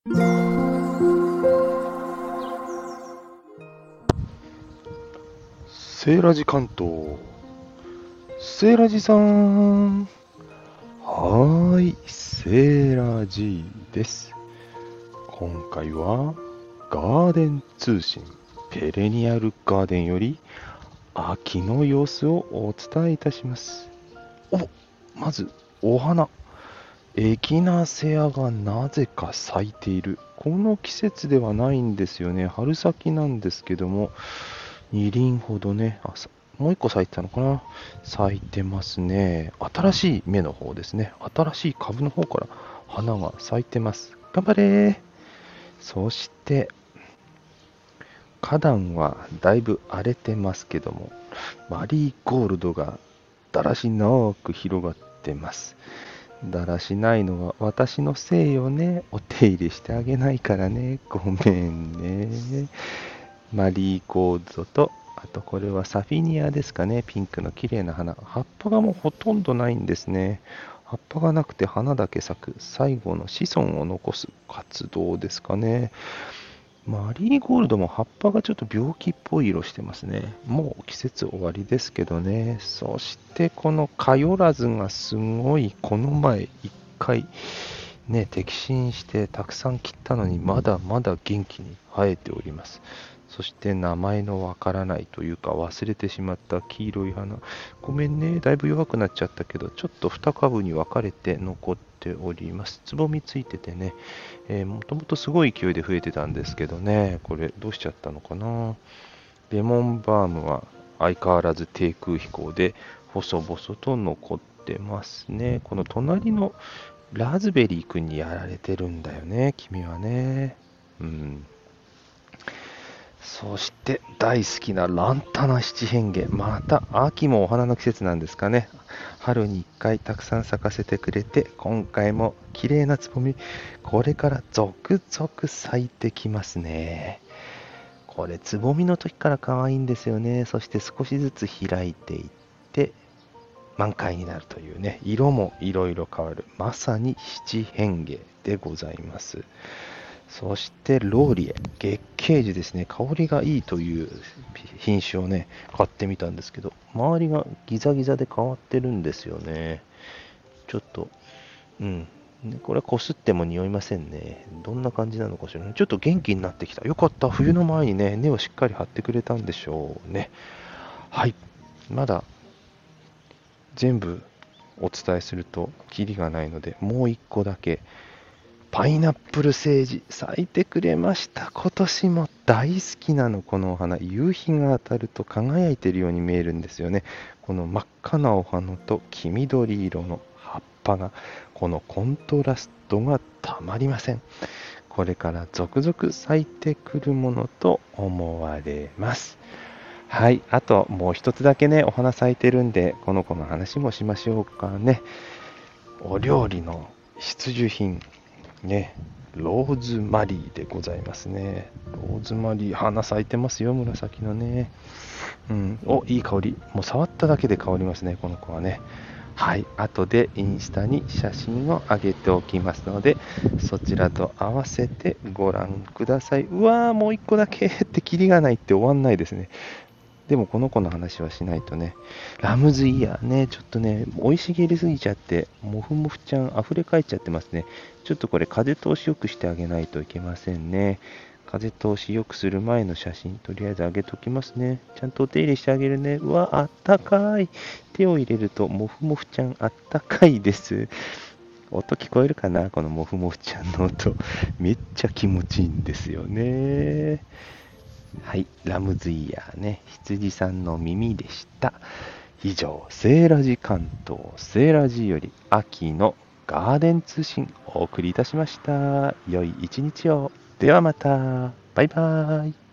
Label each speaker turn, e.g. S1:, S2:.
S1: セーラジ関東。セーラジさん。はーい、セーラジです。今回はガーデン通信ペレニアルガーデンより秋の様子をお伝えいたします。まずお花。エキナセアがなぜか咲いている。この季節ではないんですよね。春先なんですけども、2輪ほどね、もう1個咲いてたのかな。咲いてますね。新しい芽の方ですね。新しい株の方から花が咲いてます。頑張れー。そして、花壇はだいぶ荒れてますけども、マリーゴールドがだらしなく広がってます。だらしないのは私のせいよね。お手入れしてあげないからね。ごめんね。マリーゴールドと、あとこれはサフィニアですかね。ピンクの綺麗な花。葉っぱがもうほとんどないんですね。葉っぱがなくて花だけ咲く。最後の子孫を残す活動ですかね。マリーゴールドも葉っぱがちょっと病気っぽい色してますね。もう季節終わりですけどね。そしてこのカヨラズがすごい、この前一回ね、摘心してたくさん切ったのにまだまだ元気に生えております。そして名前のわからないというか忘れてしまった黄色い花。ごめんね、だいぶ弱くなっちゃったけど、ちょっと2株に分かれて残っております。つぼみついててね、もともとすごい勢いで増えてたんですけどね、これどうしちゃったのかな。レモンバームは相変わらず低空飛行で細々と残ってますね。この隣のラズベリー君にやられてるんだよね、君はね。うん。そして大好きなランタナ七変化。また秋もお花の季節なんですかね。春に1回たくさん咲かせてくれて、今回も綺麗なつぼみ、これから続々咲いてきますね。これつぼみの時から可愛いんですよね。そして少しずつ開いていって、満開になるというね、色もいろいろ変わる。まさに七変化でございます。そしてローリエ、月桂樹ですね。香りがいいという品種をね、買ってみたんですけど、周りがギザギザで変わってるんですよね。ちょっと、うん。これはこすっても匂いませんね。どんな感じなのかしらね。ちょっと元気になってきた。よかった。冬の前にね、根をしっかり張ってくれたんでしょうね。はい。まだ全部お伝えするとキリがないので、もう一個だけ。パイナップルセージ咲いてくれました。今年も大好きなの、このお花。夕日が当たると輝いているように見えるんですよね。この真っ赤なお花と黄緑色の葉っぱが、このコントラストがたまりません。これから続々咲いてくるものと思われます。はい、あともう一つだけね、お花咲いてるんで、この子の話もしましょうかね。お料理の必需品。ね、ローズマリーでございますね。ローズマリー、花咲いてますよ、紫のね。うん、いい香り。もう触っただけで香りますね、この子はね。はい、後でインスタに写真を上げておきますので、そちらと合わせてご覧ください。うわー、もう一個だけってキリがないって終わんないですね。でもこの子の話はしないとね。ラムズイヤーね、ちょっとね、生い茂りすぎちゃって、もふもふちゃん溢れ返っちゃってますね。ちょっとこれ風通しよくしてあげないといけませんね。風通しよくする前の写真、とりあえず上げときますね。ちゃんとお手入れしてあげるね。うわ、あったかい。手を入れると、もふもふちゃんあったかいです。音聞こえるかな、このもふもふちゃんの音。めっちゃ気持ちいいんですよね。はい、ラムズイヤーね、羊さんの耳でした。以上、セーラジ関東、セーラジより秋のガーデン通信お送りいたしました。良い一日を。ではまた。バイバーイ。